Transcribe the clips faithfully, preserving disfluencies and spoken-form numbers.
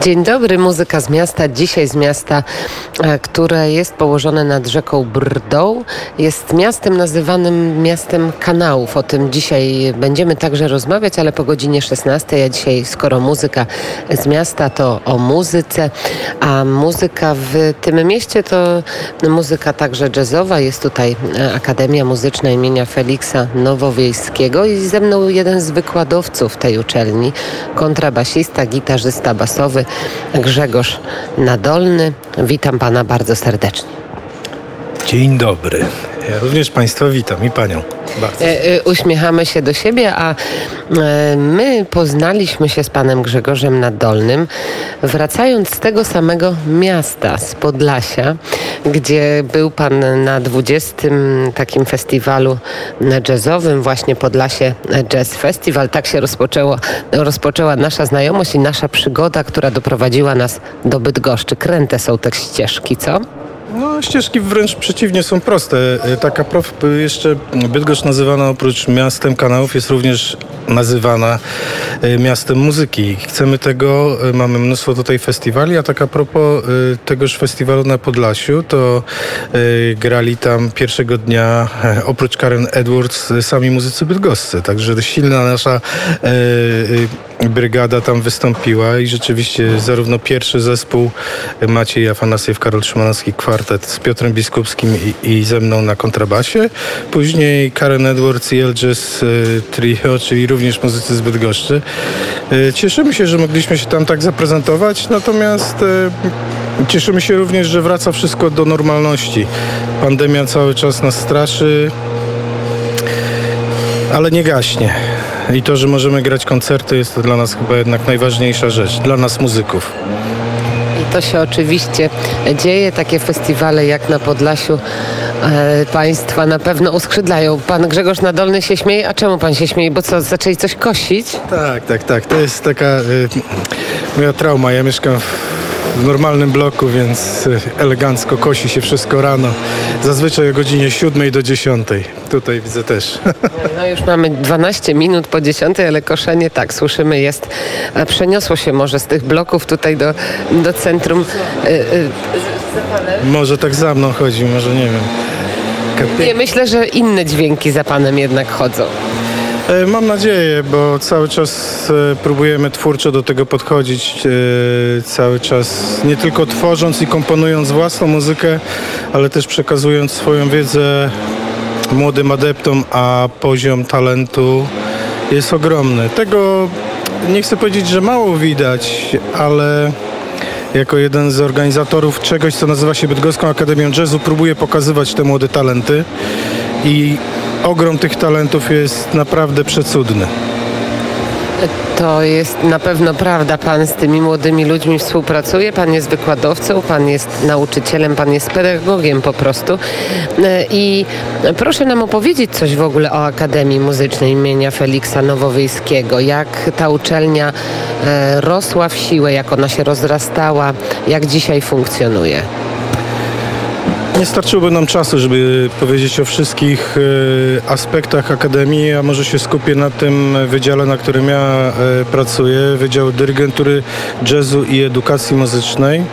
Dzień dobry, muzyka z miasta. Dzisiaj z miasta, które jest położone nad rzeką Brdą. Jest miastem nazywanym miastem kanałów. O tym dzisiaj będziemy także rozmawiać, ale po godzinie szesnastej. A dzisiaj, skoro muzyka z miasta, to o muzyce. A muzyka w tym mieście to muzyka także jazzowa. Jest tutaj Akademia Muzyczna imienia Feliksa Nowowiejskiego i ze mną jeden z wykładowców tej uczelni, kontrabasista, gitarzysta basowy Grzegorz Nadolny. Witam pana bardzo serdecznie. Dzień dobry. Ja również państwa witam i panią bardzo. Uśmiechamy się do siebie, a my poznaliśmy się z panem Grzegorzem Nadolnym, wracając z tego samego miasta, z Podlasia, gdzie był pan na dwudziestym takim festiwalu jazzowym, właśnie Podlasie Jazz Festival. Tak się rozpoczęło, rozpoczęła nasza znajomość i nasza przygoda, która doprowadziła nas do Bydgoszczy. Kręte są te ścieżki, co? No, ścieżki wręcz przeciwnie, są proste. Taka prof, jeszcze Bydgoszcz nazywana oprócz miastem kanałów jest również nazywana miastem muzyki. Chcemy tego, mamy mnóstwo tutaj festiwali, a tak a propos tegoż festiwalu na Podlasiu, to grali tam pierwszego dnia oprócz Karen Edwards sami muzycy bydgoscy. Także silna nasza brygada tam wystąpiła i rzeczywiście zarówno pierwszy zespół Maciej Afanasjew, Karol Szymanowski, kwartet z Piotrem Biskupskim i, i ze mną na kontrabasie. Później Karen Edwards i El Jazz Trio, czyli również muzycy z Bydgoszczy. Cieszymy się, że mogliśmy się tam tak zaprezentować, natomiast cieszymy się również, że wraca wszystko do normalności. Pandemia cały czas nas straszy, ale nie gaśnie. I to, że możemy grać koncerty, jest to dla nas chyba jednak najważniejsza rzecz, dla nas muzyków. I to się oczywiście dzieje. Takie festiwale jak na Podlasiu e, państwa na pewno uskrzydlają. Pan Grzegorz Nadolny się śmieje. A czemu pan się śmieje? Bo co, zaczęli coś kosić? Tak, tak, tak. To jest taka y, moja trauma. Ja mieszkam w w normalnym bloku, więc elegancko kosi się wszystko rano. Zazwyczaj o godzinie siódmej do dziesiątej. Tutaj widzę też. No już mamy dwanaście minut po dziesiątej, ale koszenie, tak, słyszymy, jest. Przeniosło się może z tych bloków tutaj do, do centrum. Może tak za mną chodzi, może nie wiem. Kapie... Nie, myślę, że inne dźwięki za panem jednak chodzą. Mam nadzieję, bo cały czas próbujemy twórczo do tego podchodzić, cały czas nie tylko tworząc i komponując własną muzykę, ale też przekazując swoją wiedzę młodym adeptom, a poziom talentu jest ogromny. Tego nie chcę powiedzieć, że mało widać, ale jako jeden z organizatorów czegoś, co nazywa się Bydgoską Akademią Jazzu, próbuję pokazywać te młode talenty i ogrom tych talentów jest naprawdę przecudny. To jest na pewno prawda. Pan z tymi młodymi ludźmi współpracuje, pan jest wykładowcą, pan jest nauczycielem, pan jest pedagogiem po prostu. I proszę nam opowiedzieć coś w ogóle o Akademii Muzycznej imienia Feliksa Nowowiejskiego. Jak ta uczelnia rosła w siłę, jak ona się rozrastała, jak dzisiaj funkcjonuje? Nie starczyłoby nam czasu, żeby powiedzieć o wszystkich e, aspektach Akademii, a może się skupię na tym wydziale, na którym ja e, pracuję, Wydział Dyrygentury Jazzu i Edukacji Muzycznej.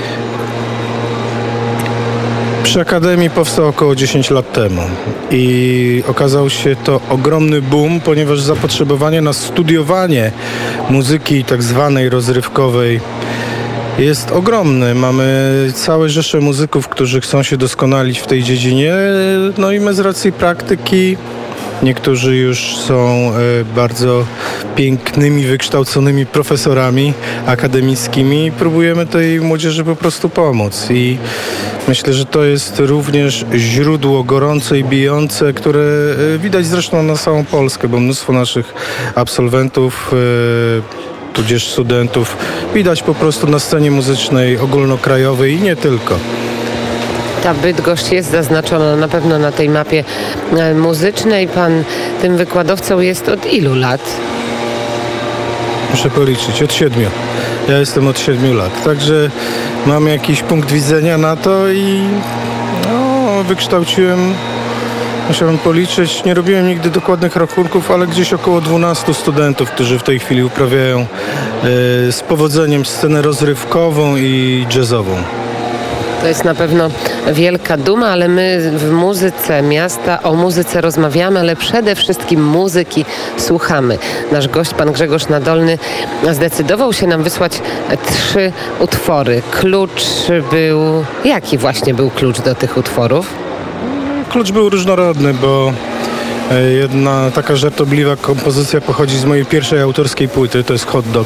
Przy Akademii powstał około dziesięć lat temu i okazał się to ogromny boom, ponieważ zapotrzebowanie na studiowanie muzyki tak zwanej rozrywkowej jest ogromny. Mamy całe rzesze muzyków, którzy chcą się doskonalić w tej dziedzinie. No i my z racji praktyki, niektórzy już są e, bardzo pięknymi, wykształconymi profesorami akademickimi. Próbujemy tej młodzieży po prostu pomóc i myślę, że to jest również źródło gorące i bijące, które e, widać zresztą na całą Polskę, bo mnóstwo naszych absolwentów e, tudzież studentów widać po prostu na scenie muzycznej ogólnokrajowej i nie tylko. Ta Bydgoszcz jest zaznaczona na pewno na tej mapie muzycznej. Pan tym wykładowcą jest od ilu lat? Muszę policzyć, od siedmiu. Ja jestem od siedmiu lat, także mam jakiś punkt widzenia na to i no, wykształciłem Musiałem policzyć, nie robiłem nigdy dokładnych rachunków, ale gdzieś około dwunastu studentów, którzy w tej chwili uprawiają e, z powodzeniem scenę rozrywkową i jazzową. To jest na pewno wielka duma, ale my w muzyce miasta o muzyce rozmawiamy, ale przede wszystkim muzyki słuchamy. Nasz gość, pan Grzegorz Nadolny, zdecydował się nam wysłać trzy utwory. Klucz był... Jaki właśnie był klucz do tych utworów? Klucz był różnorodny, bo jedna taka żartobliwa kompozycja pochodzi z mojej pierwszej autorskiej płyty, to jest Hot Dog.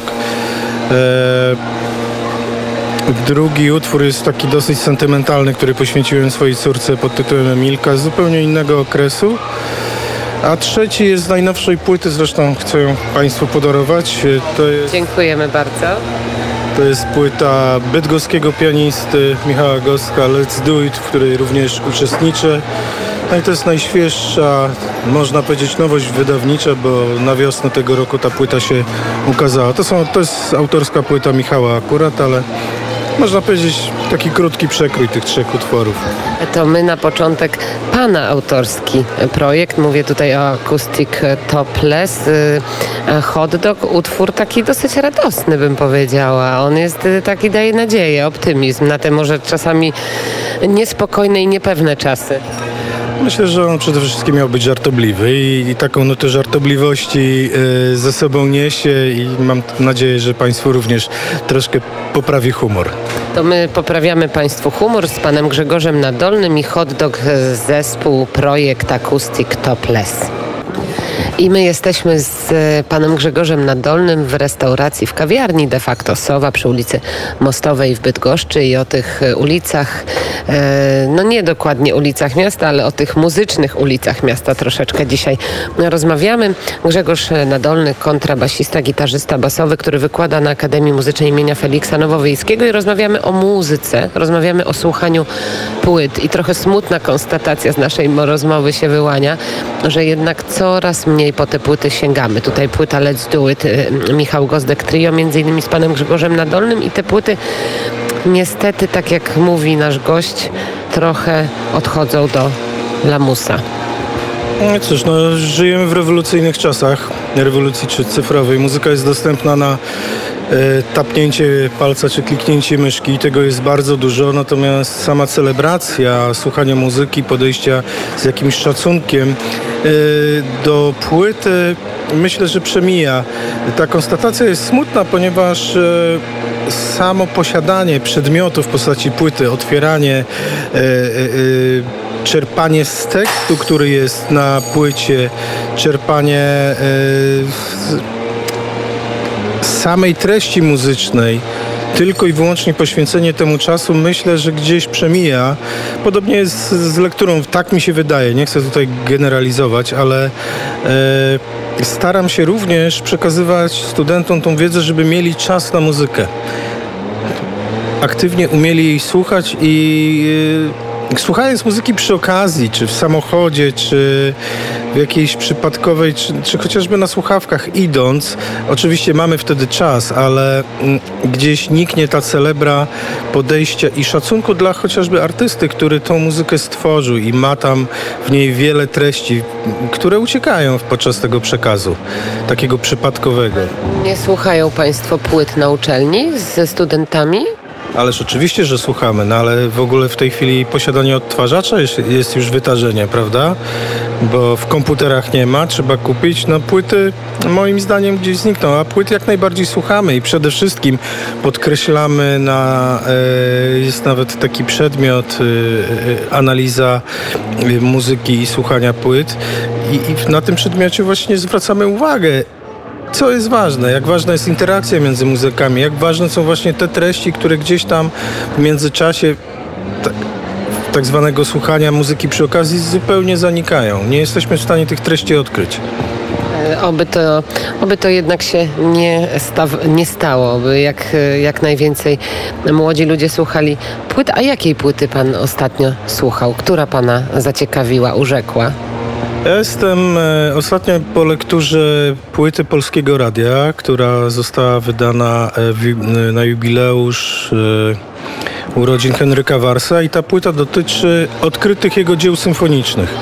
Drugi utwór jest taki dosyć sentymentalny, który poświęciłem swojej córce pod tytułem Emilka, z zupełnie innego okresu. A trzeci jest z najnowszej płyty, zresztą chcę ją Państwu podarować. To jest, Dziękujemy bardzo. To jest płyta bydgoskiego pianisty Michała Gostka, Let's Do It, w której również uczestniczę. No i to jest najświeższa, można powiedzieć, nowość wydawnicza, bo na wiosnę tego roku ta płyta się ukazała. To, są, to jest autorska płyta Michała akurat, ale można powiedzieć taki krótki przekrój tych trzech utworów. To my na początek pana autorski projekt. Mówię tutaj o Acoustic Topless. Hot Dog, utwór taki dosyć radosny, bym powiedziała. On jest taki, daje nadzieję, optymizm na te może czasami niespokojne i niepewne czasy. Myślę, że on przede wszystkim miał być żartobliwy i, i taką nutę żartobliwości y, ze sobą niesie i mam nadzieję, że Państwu również troszkę poprawi humor. To my poprawiamy Państwu humor z panem Grzegorzem Nadolnym i Hot Dog, zespół, projekt Acoustic Topless. I my jesteśmy z panem Grzegorzem Nadolnym w restauracji, w kawiarni de facto Sowa przy ulicy Mostowej w Bydgoszczy i o tych ulicach, no nie dokładnie ulicach miasta, ale o tych muzycznych ulicach miasta troszeczkę dzisiaj rozmawiamy. Grzegorz Nadolny, kontrabasista, gitarzysta basowy, który wykłada na Akademii Muzycznej imienia Feliksa Nowowiejskiego i rozmawiamy o muzyce, rozmawiamy o słuchaniu płyt i trochę smutna konstatacja z naszej rozmowy się wyłania, że jednak coraz mniej po te płyty sięgamy. Tutaj płyta Let's Do It, Michał Gostek Trio, między innymi z panem Grzegorzem Nadolnym i te płyty niestety, tak jak mówi nasz gość, trochę odchodzą do lamusa. No cóż, no, żyjemy w rewolucyjnych czasach, rewolucji czy cyfrowej. Muzyka jest dostępna na e, tapnięcie palca czy kliknięcie myszki. Tego jest bardzo dużo, natomiast sama celebracja słuchania muzyki, podejścia z jakimś szacunkiem e, do płyty, myślę, że przemija. Ta konstatacja jest smutna, ponieważ e, samo posiadanie przedmiotu w postaci płyty, otwieranie, e, e, czerpanie z tekstu, który jest na płycie, czerpanie e, z samej treści muzycznej, tylko i wyłącznie poświęcenie temu czasu, myślę, że gdzieś przemija. Podobnie jest z lekturą, tak mi się wydaje, nie chcę tutaj generalizować, ale e, staram się również przekazywać studentom tą wiedzę, żeby mieli czas na muzykę. Aktywnie umieli jej słuchać i e, słuchając muzyki przy okazji, czy w samochodzie, czy w jakiejś przypadkowej, czy, czy chociażby na słuchawkach idąc, oczywiście mamy wtedy czas, ale mm, gdzieś niknie ta celebra podejścia i szacunku dla chociażby artysty, który tą muzykę stworzył i ma tam w niej wiele treści, które uciekają podczas tego przekazu, takiego przypadkowego. Nie słuchają Państwo płyt na uczelni ze studentami? Ależ oczywiście, że słuchamy, no ale w ogóle w tej chwili posiadanie odtwarzacza jest, jest już wydarzenie, prawda? Bo w komputerach nie ma, trzeba kupić. No płyty moim zdaniem gdzieś znikną, a płyt jak najbardziej słuchamy i przede wszystkim podkreślamy na, e, jest nawet taki przedmiot, e, analiza e, muzyki i słuchania płyt i, i na tym przedmiocie właśnie zwracamy uwagę. Co jest ważne? Jak ważna jest interakcja między muzykami? Jak ważne są właśnie te treści, które gdzieś tam w międzyczasie tak, tak zwanego słuchania muzyki przy okazji zupełnie zanikają. Nie jesteśmy w stanie tych treści odkryć. Oby to, oby to jednak się nie, staw, nie stało, oby jak, jak najwięcej młodzi ludzie słuchali płyt. A jakiej płyty pan ostatnio słuchał? Która pana zaciekawiła, urzekła? Ja jestem e, ostatnio po lekturze płyty Polskiego Radia, która została wydana e, w, e, na jubileusz e, urodzin Henryka Warsa i ta płyta dotyczy odkrytych jego dzieł symfonicznych.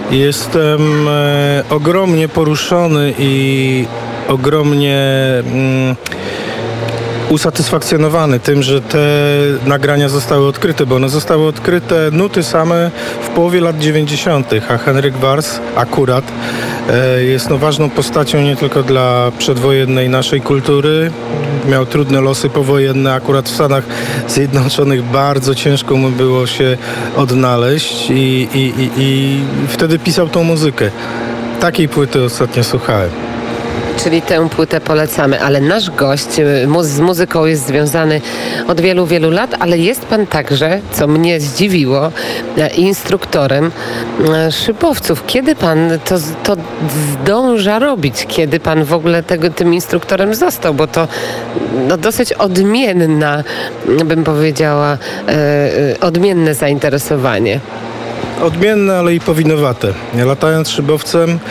Jestem e, ogromnie poruszony i ogromnie mm, usatysfakcjonowany tym, że te nagrania zostały odkryte, bo one zostały odkryte nuty same w połowie lat dziewięćdziesiątych, a Henryk Wars akurat e, jest no ważną postacią nie tylko dla przedwojennej naszej kultury. Miał trudne losy powojenne, akurat w Stanach Zjednoczonych bardzo ciężko mu było się odnaleźć i, i, i, i wtedy pisał tą muzykę. Takiej płyty ostatnio słuchałem. Czyli tę płytę polecamy, ale nasz gość mu- z muzyką jest związany od wielu, wielu lat, ale jest pan także, co mnie zdziwiło, e, instruktorem e, szybowców. Kiedy pan to, to zdąża robić? Kiedy pan w ogóle tego, tym instruktorem został? Bo to no, dosyć odmienna, bym powiedziała, e, e, odmienne zainteresowanie. Odmienne, ale i powinowate. Latając szybowcem, e,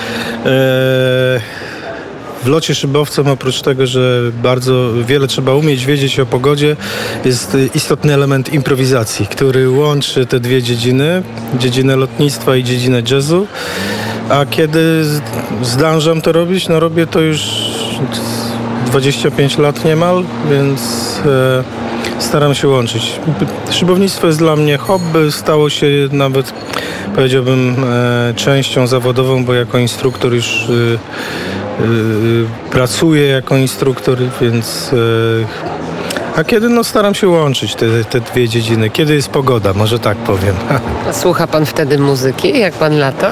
w locie szybowcem, oprócz tego, że bardzo wiele trzeba umieć, wiedzieć o pogodzie, jest istotny element improwizacji, który łączy te dwie dziedziny, dziedzinę lotnictwa i dziedzinę jazzu. A kiedy zdążam to robić, no robię to już dwadzieścia pięć lat niemal, więc e, staram się łączyć. Szybownictwo jest dla mnie hobby, stało się nawet, powiedziałbym, e, częścią zawodową, bo jako instruktor już e, Yy, pracuję jako instruktor, więc yy, a kiedy no staram się łączyć te, te dwie dziedziny. Kiedy jest pogoda, może tak powiem. Słucha pan wtedy muzyki, jak pan lata?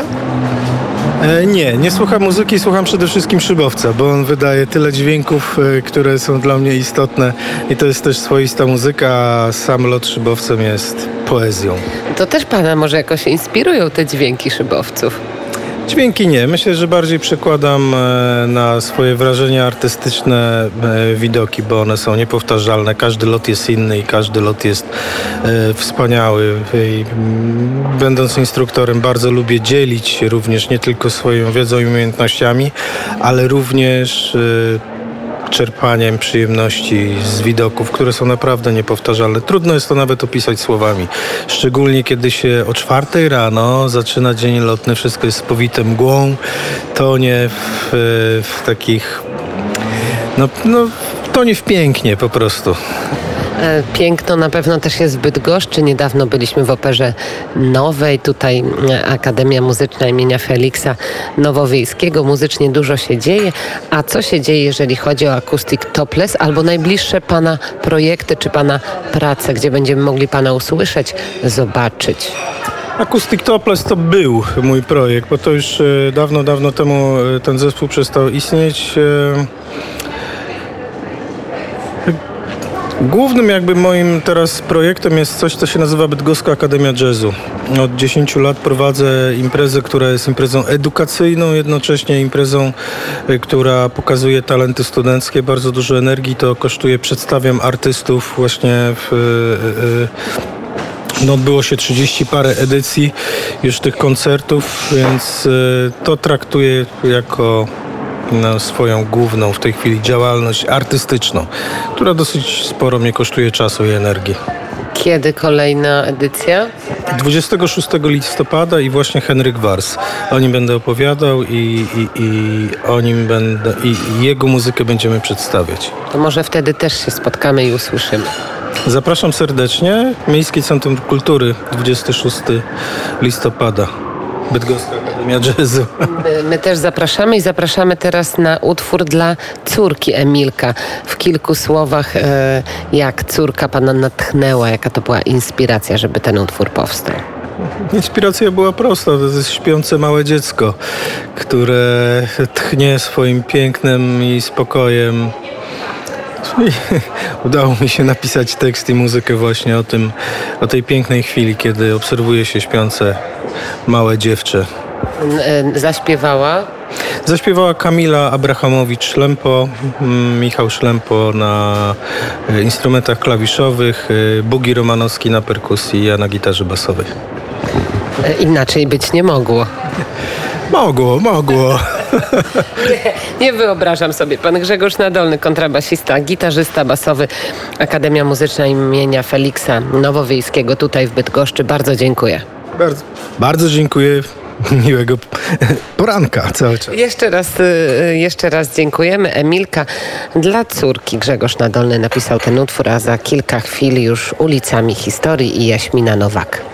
E, nie, nie słucham muzyki, słucham przede wszystkim szybowca, bo on wydaje tyle dźwięków, e, które są dla mnie istotne i to jest też swoista muzyka, a sam lot szybowcem jest poezją. To też pana może jakoś inspirują te dźwięki szybowców. Dźwięki nie. Myślę, że bardziej przekładam e, na swoje wrażenia artystyczne e, widoki, bo one są niepowtarzalne. Każdy lot jest inny i każdy lot jest e, wspaniały. I, m, będąc instruktorem, bardzo lubię dzielić się również nie tylko swoją wiedzą i umiejętnościami, ale również e, czerpaniem przyjemności z widoków, które są naprawdę niepowtarzalne. Trudno jest to nawet opisać słowami. Szczególnie kiedy się o czwartej rano zaczyna dzień lotny, wszystko jest spowite mgłą, tonie w, w takich no, no tonie w pięknie po prostu. Piękno na pewno też jest w Bydgoszczy. Niedawno byliśmy w Operze Nowej. Tutaj Akademia Muzyczna imienia Feliksa Nowowiejskiego. Muzycznie dużo się dzieje. A co się dzieje, jeżeli chodzi o Acoustic Topless albo najbliższe pana projekty czy pana prace, gdzie będziemy mogli pana usłyszeć, zobaczyć? Acoustic Topless to był mój projekt, bo to już dawno, dawno temu ten zespół przestał istnieć. Głównym jakby moim teraz projektem jest coś, co się nazywa Bydgoska Akademia Jazzu. Od dziesięciu lat prowadzę imprezę, która jest imprezą edukacyjną, jednocześnie imprezą, która pokazuje talenty studenckie. Bardzo dużo energii to kosztuje. Przedstawiam artystów właśnie w... No, odbyło się trzydzieści parę edycji już tych koncertów, więc to traktuję jako na swoją główną w tej chwili działalność artystyczną, która dosyć sporo mnie kosztuje czasu i energii. Kiedy kolejna edycja? dwudziestego szóstego listopada i właśnie Henryk Wars. O nim będę opowiadał i, i, i o nim będę i, i jego muzykę będziemy przedstawiać. To może wtedy też się spotkamy i usłyszymy. Zapraszam serdecznie. Miejskie Centrum Kultury, dwudziestego szóstego listopada. Bydgoska Akademia Jazzu. My, my też zapraszamy i zapraszamy teraz na utwór dla córki Emilka. W kilku słowach, e, jak córka pana natchnęła, jaka to była inspiracja, żeby ten utwór powstał? Inspiracja była prosta. To jest śpiące małe dziecko, które tchnie swoim pięknem i spokojem. I udało mi się napisać tekst i muzykę właśnie o tym, o tej pięknej chwili, kiedy obserwuje się śpiące małe dziewczę. Zaśpiewała? Zaśpiewała Kamila Abrahamowicz-Szlempo, Michał Szlempo na instrumentach klawiszowych, Bugi Romanowski na perkusji, ja na gitarze basowej. Inaczej być nie mogło. Mogło, mogło. Nie, nie wyobrażam sobie. Pan Grzegorz Nadolny, kontrabasista, gitarzysta basowy, Akademia Muzyczna imienia Feliksa Nowowiejskiego tutaj w Bydgoszczy. Bardzo dziękuję. Bardzo, bardzo dziękuję. miłego poranka cały czas. Jeszcze raz, jeszcze raz dziękujemy. Emilka dla córki Grzegorz Nadolny napisał ten utwór, a za kilka chwil już ulicami historii i Jaśmina Nowak.